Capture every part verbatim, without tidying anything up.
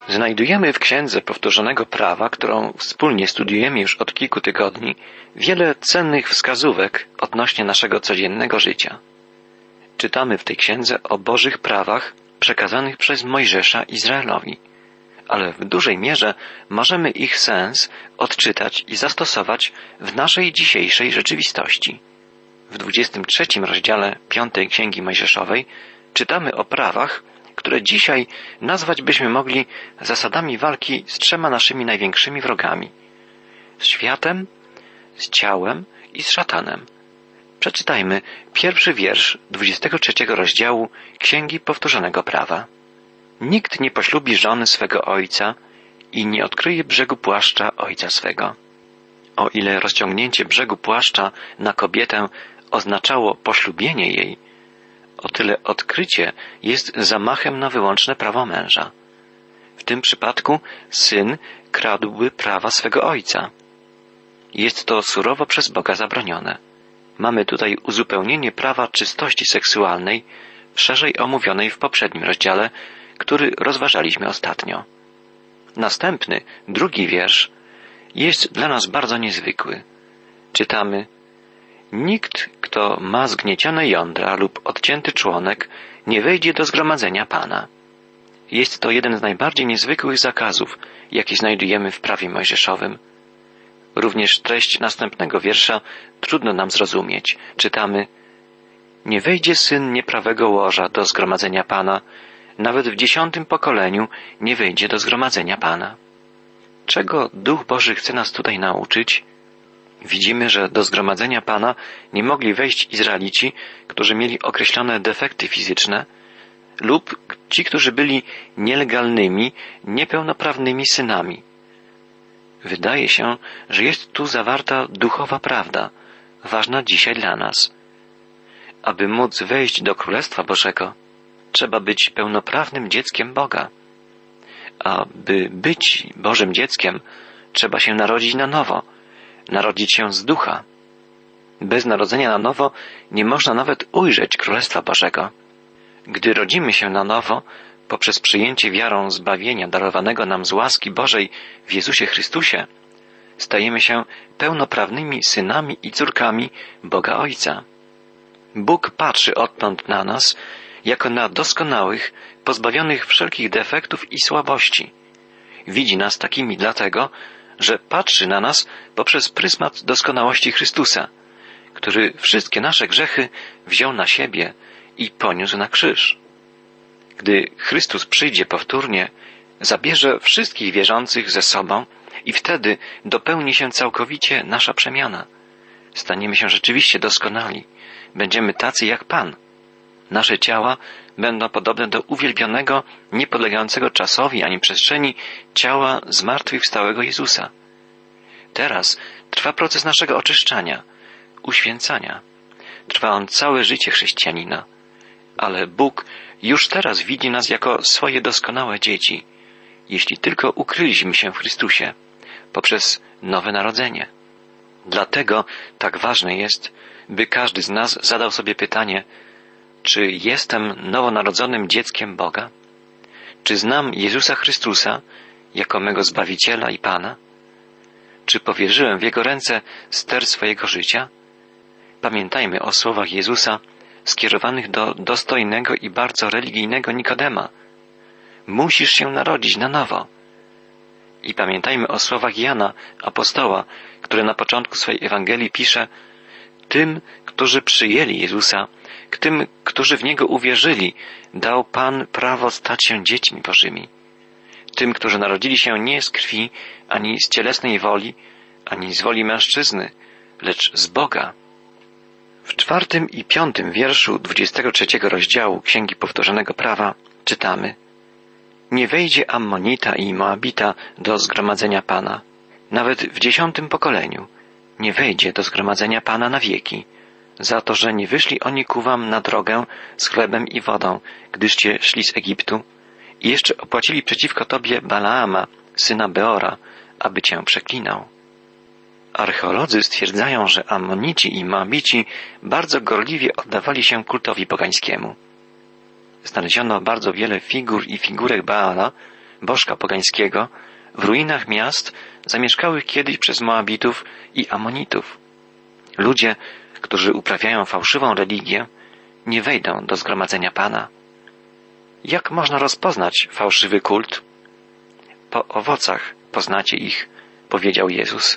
Znajdujemy w Księdze Powtórzonego Prawa, którą wspólnie studiujemy już od kilku tygodni, wiele cennych wskazówek odnośnie naszego codziennego życia. Czytamy w tej księdze o Bożych prawach przekazanych przez Mojżesza Izraelowi, ale w dużej mierze możemy ich sens odczytać i zastosować w naszej dzisiejszej rzeczywistości. W dwudziestym trzecim rozdziale piątej Księgi Mojżeszowej czytamy o prawach, które dzisiaj nazwać byśmy mogli zasadami walki z trzema naszymi największymi wrogami: z światem, z ciałem i z szatanem. Przeczytajmy pierwszy wiersz dwudziestego trzeciego rozdziału Księgi Powtórzonego Prawa. Nikt nie poślubi żony swego ojca i nie odkryje brzegu płaszcza ojca swego. O ile rozciągnięcie brzegu płaszcza na kobietę oznaczało poślubienie jej, o tyle odkrycie jest zamachem na wyłączne prawo męża. W tym przypadku syn kradłby prawa swego ojca. Jest to surowo przez Boga zabronione. Mamy tutaj uzupełnienie prawa czystości seksualnej, szerzej omówionej w poprzednim rozdziale, który rozważaliśmy ostatnio. Następny, drugi wiersz jest dla nas bardzo niezwykły. Czytamy: nikt, kto ma zgniecione jądra lub odcięty członek, nie wejdzie do zgromadzenia Pana. Jest to jeden z najbardziej niezwykłych zakazów, jaki znajdujemy w prawie mojżeszowym. Również treść następnego wiersza trudno nam zrozumieć. Czytamy: nie wejdzie syn nieprawego łoża do zgromadzenia Pana, nawet w dziesiątym pokoleniu nie wejdzie do zgromadzenia Pana. Czego Duch Boży chce nas tutaj nauczyć? Widzimy, że do zgromadzenia Pana nie mogli wejść Izraelici, którzy mieli określone defekty fizyczne, lub ci, którzy byli nielegalnymi, niepełnoprawnymi synami. Wydaje się, że jest tu zawarta duchowa prawda, ważna dzisiaj dla nas. Aby móc wejść do Królestwa Bożego, trzeba być pełnoprawnym dzieckiem Boga. Aby być Bożym dzieckiem, trzeba się narodzić na nowo, narodzić się z ducha. Bez narodzenia na nowo nie można nawet ujrzeć Królestwa Bożego. Gdy rodzimy się na nowo, poprzez przyjęcie wiarą zbawienia darowanego nam z łaski Bożej w Jezusie Chrystusie, stajemy się pełnoprawnymi synami i córkami Boga Ojca. Bóg patrzy odtąd na nas jako na doskonałych, pozbawionych wszelkich defektów i słabości. Widzi nas takimi dlatego, że patrzy na nas poprzez pryzmat doskonałości Chrystusa, który wszystkie nasze grzechy wziął na siebie i poniósł na krzyż. Gdy Chrystus przyjdzie powtórnie, zabierze wszystkich wierzących ze sobą i wtedy dopełni się całkowicie nasza przemiana. Staniemy się rzeczywiście doskonali. Będziemy tacy jak Pan. Nasze ciała będą podobne do uwielbionego, niepodlegającego czasowi ani przestrzeni ciała zmartwychwstałego Jezusa. Teraz trwa proces naszego oczyszczania, uświęcania. Trwa on całe życie chrześcijanina. Ale Bóg już teraz widzi nas jako swoje doskonałe dzieci, jeśli tylko ukryliśmy się w Chrystusie poprzez nowe narodzenie. Dlatego tak ważne jest, by każdy z nas zadał sobie pytanie: czy jestem nowonarodzonym dzieckiem Boga? Czy znam Jezusa Chrystusa jako mego Zbawiciela i Pana? Czy powierzyłem w Jego ręce ster swojego życia? Pamiętajmy o słowach Jezusa skierowanych do dostojnego i bardzo religijnego Nikodema. Musisz się narodzić na nowo. I pamiętajmy o słowach Jana, apostoła, który na początku swojej Ewangelii pisze: tym, którzy przyjęli Jezusa, tym, którzy w Niego uwierzyli, dał Pan prawo stać się dziećmi Bożymi. Tym, którzy narodzili się nie z krwi, ani z cielesnej woli, ani z woli mężczyzny, lecz z Boga. W czwartym i piątym wierszu dwudziestego trzeciego rozdziału Księgi Powtórzonego Prawa czytamy: nie wejdzie Ammonita i Moabita do zgromadzenia Pana, nawet w dziesiątym pokoleniu nie wejdzie do zgromadzenia Pana na wieki, za to, że nie wyszli oni ku wam na drogę z chlebem i wodą, gdyście szli z Egiptu i jeszcze opłacili przeciwko tobie Balaama, syna Beora, aby cię przeklinał. Archeolodzy stwierdzają, że Ammonici i Moabici bardzo gorliwie oddawali się kultowi pogańskiemu. Znaleziono bardzo wiele figur i figurek Baala, bożka pogańskiego, w ruinach miast zamieszkałych kiedyś przez Moabitów i Amonitów. Ludzie, którzy uprawiają fałszywą religię, nie wejdą do zgromadzenia Pana. Jak można rozpoznać fałszywy kult? Po owocach poznacie ich, powiedział Jezus.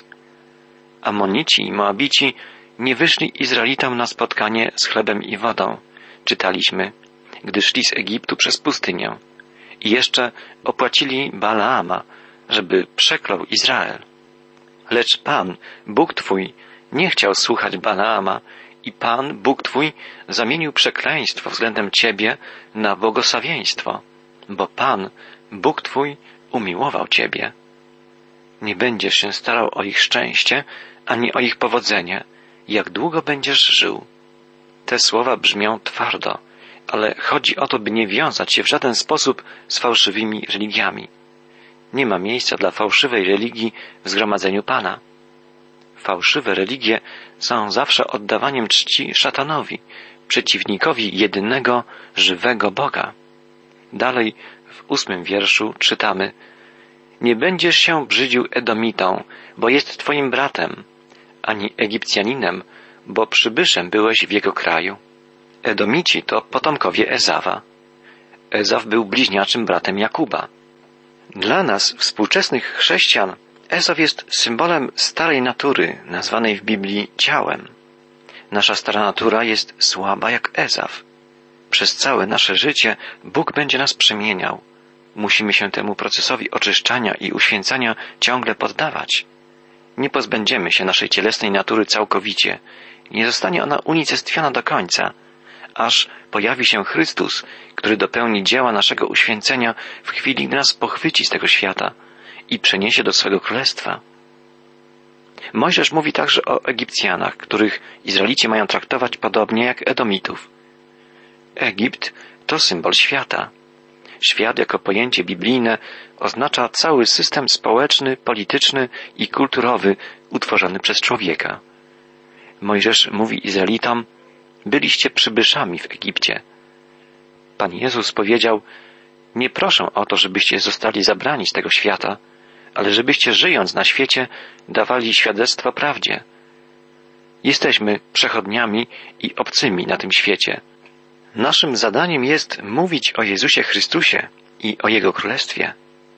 Amonici i Moabici nie wyszli Izraelitom na spotkanie z chlebem i wodą, czytaliśmy, gdy szli z Egiptu przez pustynię. I jeszcze opłacili Balaama, żeby przeklął Izrael. Lecz Pan, Bóg Twój, nie chciał słuchać Balaama i Pan, Bóg Twój, zamienił przekleństwo względem Ciebie na błogosławieństwo, bo Pan, Bóg Twój, umiłował Ciebie. Nie będziesz się starał o ich szczęście, ani o ich powodzenie, jak długo będziesz żył. Te słowa brzmią twardo, ale chodzi o to, by nie wiązać się w żaden sposób z fałszywymi religiami. Nie ma miejsca dla fałszywej religii w zgromadzeniu Pana. Fałszywe religie są zawsze oddawaniem czci szatanowi, przeciwnikowi jedynego, żywego Boga. Dalej w ósmym wierszu czytamy: nie będziesz się brzydził Edomitą, bo jest twoim bratem, ani Egipcjaninem, bo przybyszem byłeś w jego kraju. Edomici to potomkowie Ezawa. Ezaw był bliźniaczym bratem Jakuba. Dla nas, współczesnych chrześcijan, Ezaw jest symbolem starej natury, nazwanej w Biblii ciałem. Nasza stara natura jest słaba jak Ezaw. Przez całe nasze życie Bóg będzie nas przemieniał. Musimy się temu procesowi oczyszczania i uświęcania ciągle poddawać. Nie pozbędziemy się naszej cielesnej natury całkowicie. Nie zostanie ona unicestwiona do końca, aż pojawi się Chrystus, który dopełni dzieła naszego uświęcenia w chwili, gdy nas pochwyci z tego świata i przeniesie do swego królestwa. Mojżesz mówi także o Egipcjanach, których Izraelici mają traktować podobnie jak Edomitów. Egipt to symbol świata. Świat jako pojęcie biblijne oznacza cały system społeczny, polityczny i kulturowy utworzony przez człowieka. Mojżesz mówi Izraelitom: byliście przybyszami w Egipcie. Pan Jezus powiedział: nie proszę o to, żebyście zostali zabrani z tego świata, ale żebyście, żyjąc na świecie, dawali świadectwo prawdzie. Jesteśmy przechodniami i obcymi na tym świecie. Naszym zadaniem jest mówić o Jezusie Chrystusie i o Jego Królestwie.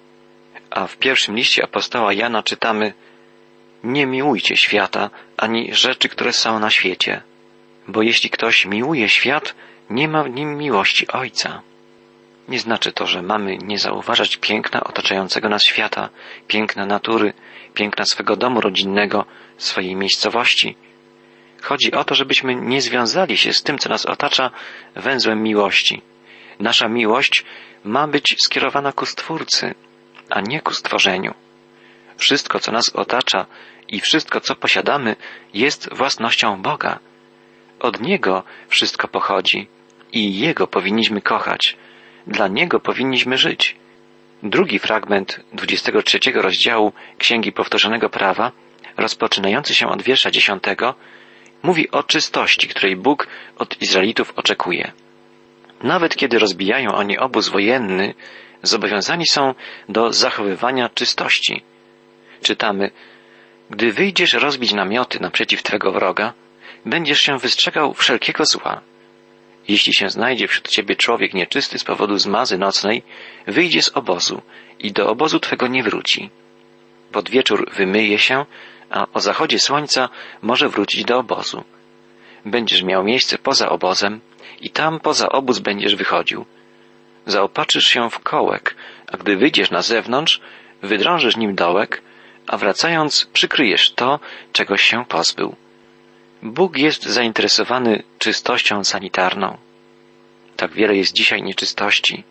A w pierwszym liście apostoła Jana czytamy: nie miłujcie świata, ani rzeczy, które są na świecie, bo jeśli ktoś miłuje świat, nie ma w nim miłości Ojca. Nie znaczy to, że mamy nie zauważać piękna otaczającego nas świata, piękna natury, piękna swego domu rodzinnego, swojej miejscowości. Chodzi o to, żebyśmy nie związali się z tym, co nas otacza, węzłem miłości. Nasza miłość ma być skierowana ku Stwórcy, a nie ku stworzeniu. Wszystko, co nas otacza i wszystko, co posiadamy, jest własnością Boga. Od Niego wszystko pochodzi i Jego powinniśmy kochać. Dla Niego powinniśmy żyć. Drugi fragment dwudziestego trzeciego rozdziału Księgi Powtórzonego Prawa, rozpoczynający się od wiersza dziesiątego, mówi o czystości, której Bóg od Izraelitów oczekuje. Nawet kiedy rozbijają oni obóz wojenny, zobowiązani są do zachowywania czystości. Czytamy: gdy wyjdziesz rozbić namioty naprzeciw twego wroga, będziesz się wystrzegał wszelkiego zła. Jeśli się znajdzie wśród ciebie człowiek nieczysty z powodu zmazy nocnej, wyjdzie z obozu i do obozu twego nie wróci. Pod wieczór wymyje się, a o zachodzie słońca może wrócić do obozu. Będziesz miał miejsce poza obozem i tam poza obóz będziesz wychodził. Zaopatrzysz się w kołek, a gdy wyjdziesz na zewnątrz, wydrążysz nim dołek, a wracając przykryjesz to, czegoś się pozbył. Bóg jest zainteresowany czystością sanitarną. Tak wiele jest dzisiaj nieczystości.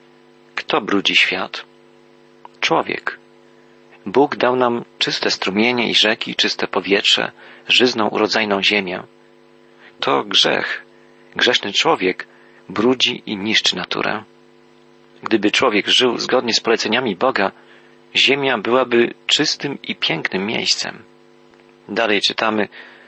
Kto brudzi świat? Człowiek. Bóg dał nam czyste strumienie i rzeki, czyste powietrze, żyzną, urodzajną ziemię. To grzech. Grzeszny człowiek brudzi i niszczy naturę. Gdyby człowiek żył zgodnie z poleceniami Boga, ziemia byłaby czystym i pięknym miejscem. Dalej czytamy: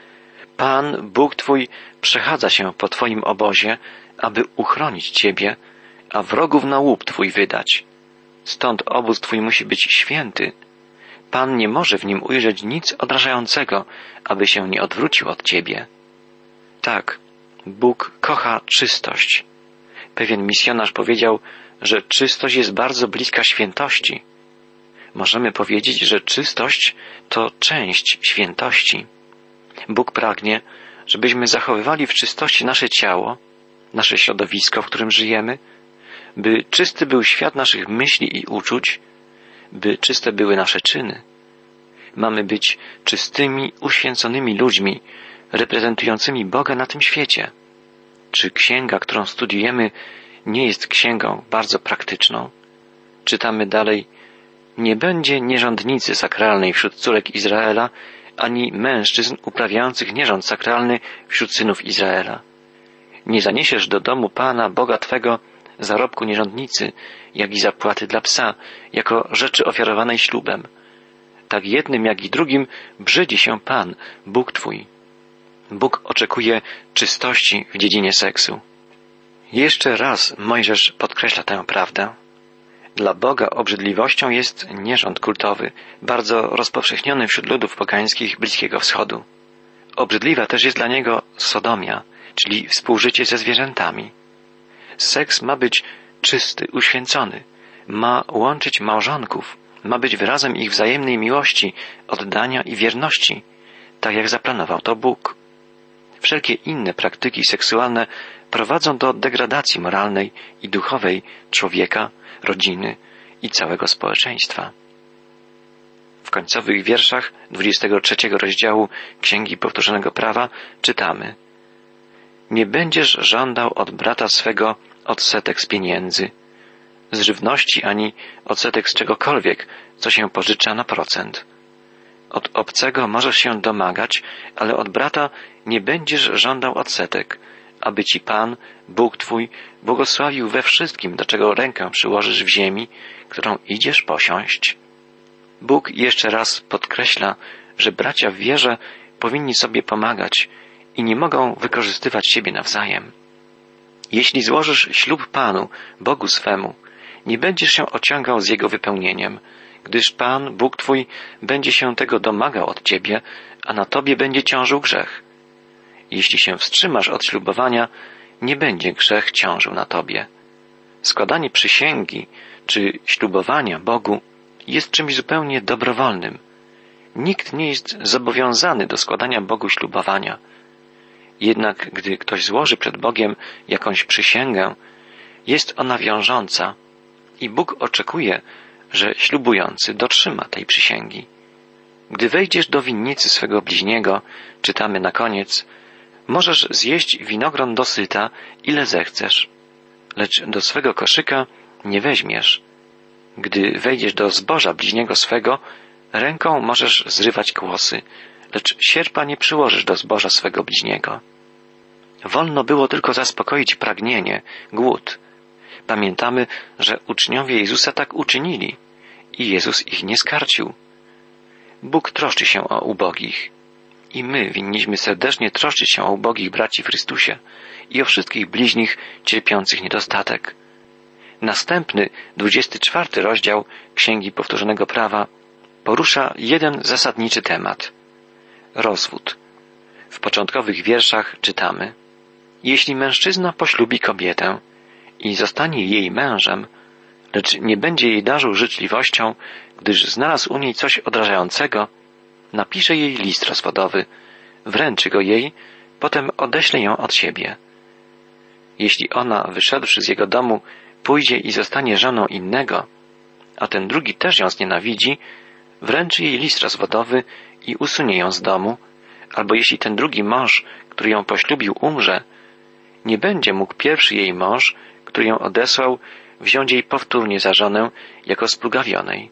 Pan, Bóg Twój, przechadza się po Twoim obozie, aby uchronić Ciebie, a wrogów na łup Twój wydać. Stąd obóz Twój musi być święty. Pan nie może w nim ujrzeć nic odrażającego, aby się nie odwrócił od Ciebie. Tak, Bóg kocha czystość. Pewien misjonarz powiedział, że czystość jest bardzo bliska świętości. Możemy powiedzieć, że czystość to część świętości. Bóg pragnie, żebyśmy zachowywali w czystości nasze ciało, nasze środowisko, w którym żyjemy, by czysty był świat naszych myśli i uczuć, by czyste były nasze czyny. Mamy być czystymi, uświęconymi ludźmi, reprezentującymi Boga na tym świecie. Czy księga, którą studiujemy, nie jest księgą bardzo praktyczną? Czytamy dalej: nie będzie nierządnicy sakralnej wśród córek Izraela, ani mężczyzn uprawiających nierząd sakralny wśród synów Izraela. Nie zaniesiesz do domu Pana, Boga Twego, zarobku nierządnicy, jak i zapłaty dla psa, jako rzeczy ofiarowanej ślubem. Tak jednym, jak i drugim brzydzi się Pan, Bóg Twój. Bóg oczekuje czystości w dziedzinie seksu. Jeszcze raz Mojżesz podkreśla tę prawdę. Dla Boga obrzydliwością jest nierząd kultowy, bardzo rozpowszechniony wśród ludów pogańskich Bliskiego Wschodu. Obrzydliwa też jest dla Niego sodomia, czyli współżycie ze zwierzętami. Seks ma być czysty, uświęcony, ma łączyć małżonków, ma być wyrazem ich wzajemnej miłości, oddania i wierności, tak jak zaplanował to Bóg. Wszelkie inne praktyki seksualne prowadzą do degradacji moralnej i duchowej człowieka, rodziny i całego społeczeństwa. W końcowych wierszach dwudziestego trzeciego rozdziału Księgi Powtórzonego Prawa czytamy: nie będziesz żądał od brata swego odsetek z pieniędzy, z żywności ani odsetek z czegokolwiek, co się pożycza na procent. Od obcego możesz się domagać, ale od brata nie będziesz żądał odsetek, aby Ci Pan, Bóg Twój, błogosławił we wszystkim, do czego rękę przyłożysz w ziemi, którą idziesz posiąść. Bóg jeszcze raz podkreśla, że bracia w wierze powinni sobie pomagać i nie mogą wykorzystywać siebie nawzajem. Jeśli złożysz ślub Panu, Bogu swemu, nie będziesz się ociągał z Jego wypełnieniem, gdyż Pan, Bóg Twój, będzie się tego domagał od Ciebie, a na Tobie będzie ciążył grzech. Jeśli się wstrzymasz od ślubowania, nie będzie grzech ciążył na Tobie. Składanie przysięgi czy ślubowania Bogu jest czymś zupełnie dobrowolnym. Nikt nie jest zobowiązany do składania Bogu ślubowania. Jednak gdy ktoś złoży przed Bogiem jakąś przysięgę, jest ona wiążąca i Bóg oczekuje, że ślubujący dotrzyma tej przysięgi. Gdy wejdziesz do winnicy swego bliźniego, czytamy na koniec, możesz zjeść winogron dosyta, ile zechcesz, lecz do swego koszyka nie weźmiesz. Gdy wejdziesz do zboża bliźniego swego, ręką możesz zrywać kłosy, lecz sierpa nie przyłożysz do zboża swego bliźniego. Wolno było tylko zaspokoić pragnienie, głód. Pamiętamy, że uczniowie Jezusa tak uczynili i Jezus ich nie skarcił. Bóg troszczy się o ubogich i my winniśmy serdecznie troszczyć się o ubogich braci w Chrystusie i o wszystkich bliźnich cierpiących niedostatek. Następny, dwudziesty czwarty rozdział Księgi Powtórzonego Prawa porusza jeden zasadniczy temat – rozwód. W początkowych wierszach czytamy: jeśli mężczyzna poślubi kobietę i zostanie jej mężem, lecz nie będzie jej darzył życzliwością, gdyż znalazł u niej coś odrażającego, napisze jej list rozwodowy, wręczy go jej, potem odeśle ją od siebie. Jeśli ona, wyszedłszy z jego domu, pójdzie i zostanie żoną innego, a ten drugi też ją znienawidzi, wręczy jej list rozwodowy i usunie ją z domu, albo jeśli ten drugi mąż, który ją poślubił, umrze, nie będzie mógł pierwszy jej mąż, który ją odesłał, wziąć jej powtórnie za żonę jako splugawionej.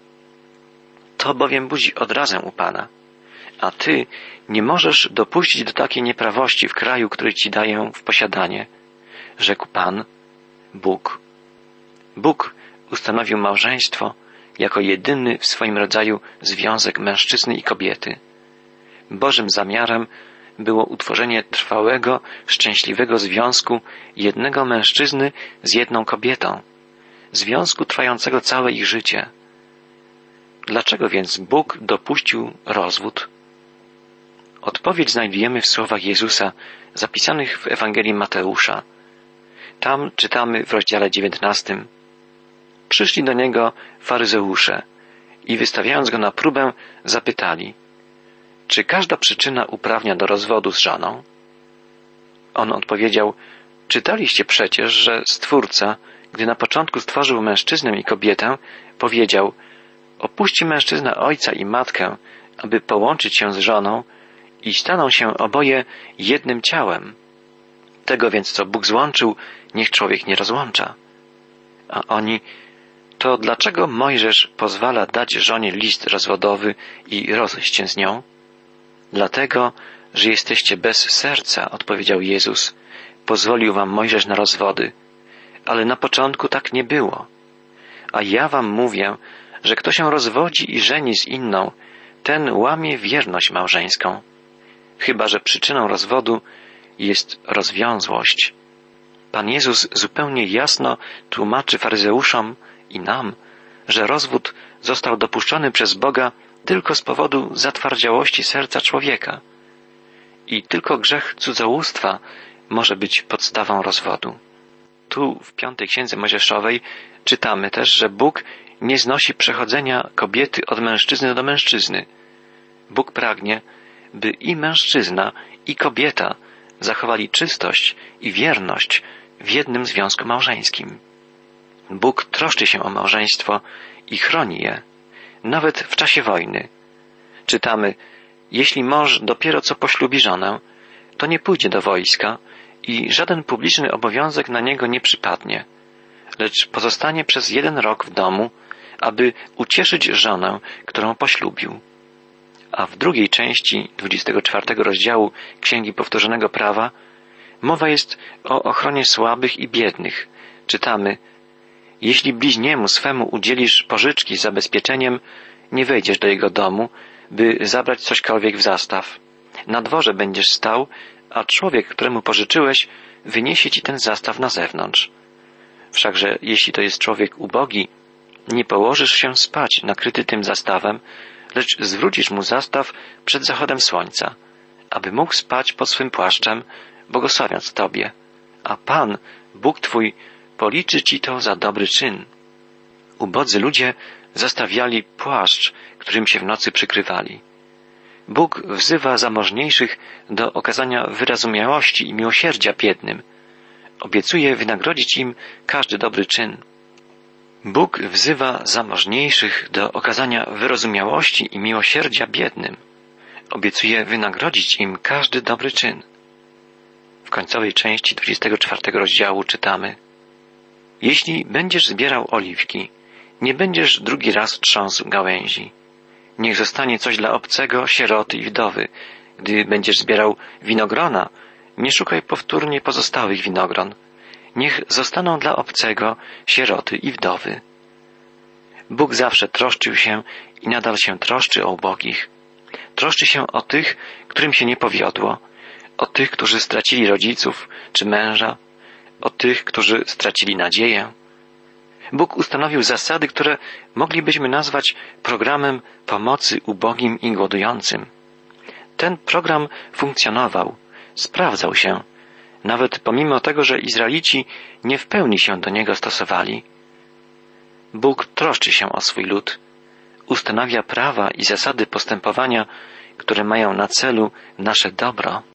To bowiem budzi odrazę u Pana, a Ty nie możesz dopuścić do takiej nieprawości w kraju, który Ci daję w posiadanie, rzekł Pan, Bóg. Bóg ustanowił małżeństwo jako jedyny w swoim rodzaju związek mężczyzny i kobiety. Bożym zamiarem było utworzenie trwałego, szczęśliwego związku jednego mężczyzny z jedną kobietą, związku trwającego całe ich życie. Dlaczego więc Bóg dopuścił rozwód? Odpowiedź znajdujemy w słowach Jezusa zapisanych w Ewangelii Mateusza. Tam czytamy w rozdziale dziewiętnastym. Przyszli do niego faryzeusze i wystawiając go na próbę zapytali, czy każda przyczyna uprawnia do rozwodu z żoną? On odpowiedział, czytaliście przecież, że Stwórca, gdy na początku stworzył mężczyznę i kobietę, powiedział, opuści mężczyzna ojca i matkę, aby połączyć się z żoną i staną się oboje jednym ciałem. Tego więc, co Bóg złączył, niech człowiek nie rozłącza. A oni, to dlaczego Mojżesz pozwala dać żonie list rozwodowy i rozejść się z nią? Dlatego, że jesteście bez serca, odpowiedział Jezus. Pozwolił wam Mojżesz na rozwody, ale na początku tak nie było. A ja wam mówię, że kto się rozwodzi i żeni z inną, ten łamie wierność małżeńską. Chyba że przyczyną rozwodu jest rozwiązłość. Pan Jezus zupełnie jasno tłumaczy faryzeuszom i nam, że rozwód został dopuszczony przez Boga tylko z powodu zatwardziałości serca człowieka. I tylko grzech cudzołóstwa może być podstawą rozwodu. Tu w piątej księdze Mojżeszowej czytamy też, że Bóg nie znosi przechodzenia kobiety od mężczyzny do mężczyzny. Bóg pragnie, by i mężczyzna, i kobieta zachowali czystość i wierność w jednym związku małżeńskim. Bóg troszczy się o małżeństwo i chroni je, nawet w czasie wojny. Czytamy, jeśli mąż dopiero co poślubi żonę, to nie pójdzie do wojska i żaden publiczny obowiązek na niego nie przypadnie, lecz pozostanie przez jeden rok w domu, aby ucieszyć żonę, którą poślubił. A w drugiej części dwudziestego czwartego rozdziału Księgi Powtórzonego Prawa mowa jest o ochronie słabych i biednych. Czytamy, jeśli bliźniemu swemu udzielisz pożyczki z zabezpieczeniem, nie wejdziesz do jego domu, by zabrać cośkolwiek w zastaw. Na dworze będziesz stał, a człowiek, któremu pożyczyłeś, wyniesie ci ten zastaw na zewnątrz. Wszakże jeśli to jest człowiek ubogi, nie położysz się spać nakryty tym zastawem, lecz zwrócisz mu zastaw przed zachodem słońca, aby mógł spać pod swym płaszczem, błogosławiąc Tobie, a Pan, Bóg Twój, policzy Ci to za dobry czyn. Ubodzy ludzie zastawiali płaszcz, którym się w nocy przykrywali. Bóg wzywa zamożniejszych do okazania wyrozumiałości i miłosierdzia biednym. Obiecuje wynagrodzić im każdy dobry czyn. Bóg wzywa zamożniejszych do okazania wyrozumiałości i miłosierdzia biednym. Obiecuje wynagrodzić im każdy dobry czyn. W końcowej części dwudziestego czwartego rozdziału czytamy: jeśli będziesz zbierał oliwki, nie będziesz drugi raz trząsł gałęzi. Niech zostanie coś dla obcego, sieroty i wdowy. Gdy będziesz zbierał winogrona, nie szukaj powtórnie pozostałych winogron. Niech zostaną dla obcego, sieroty i wdowy. Bóg zawsze troszczył się i nadal się troszczy o ubogich. Troszczy się o tych, którym się nie powiodło, o tych, którzy stracili rodziców czy męża, o tych, którzy stracili nadzieję. Bóg ustanowił zasady, które moglibyśmy nazwać programem pomocy ubogim i głodującym. Ten program funkcjonował, sprawdzał się, nawet pomimo tego, że Izraelici nie w pełni się do niego stosowali. Bóg troszczy się o swój lud, ustanawia prawa i zasady postępowania, które mają na celu nasze dobro.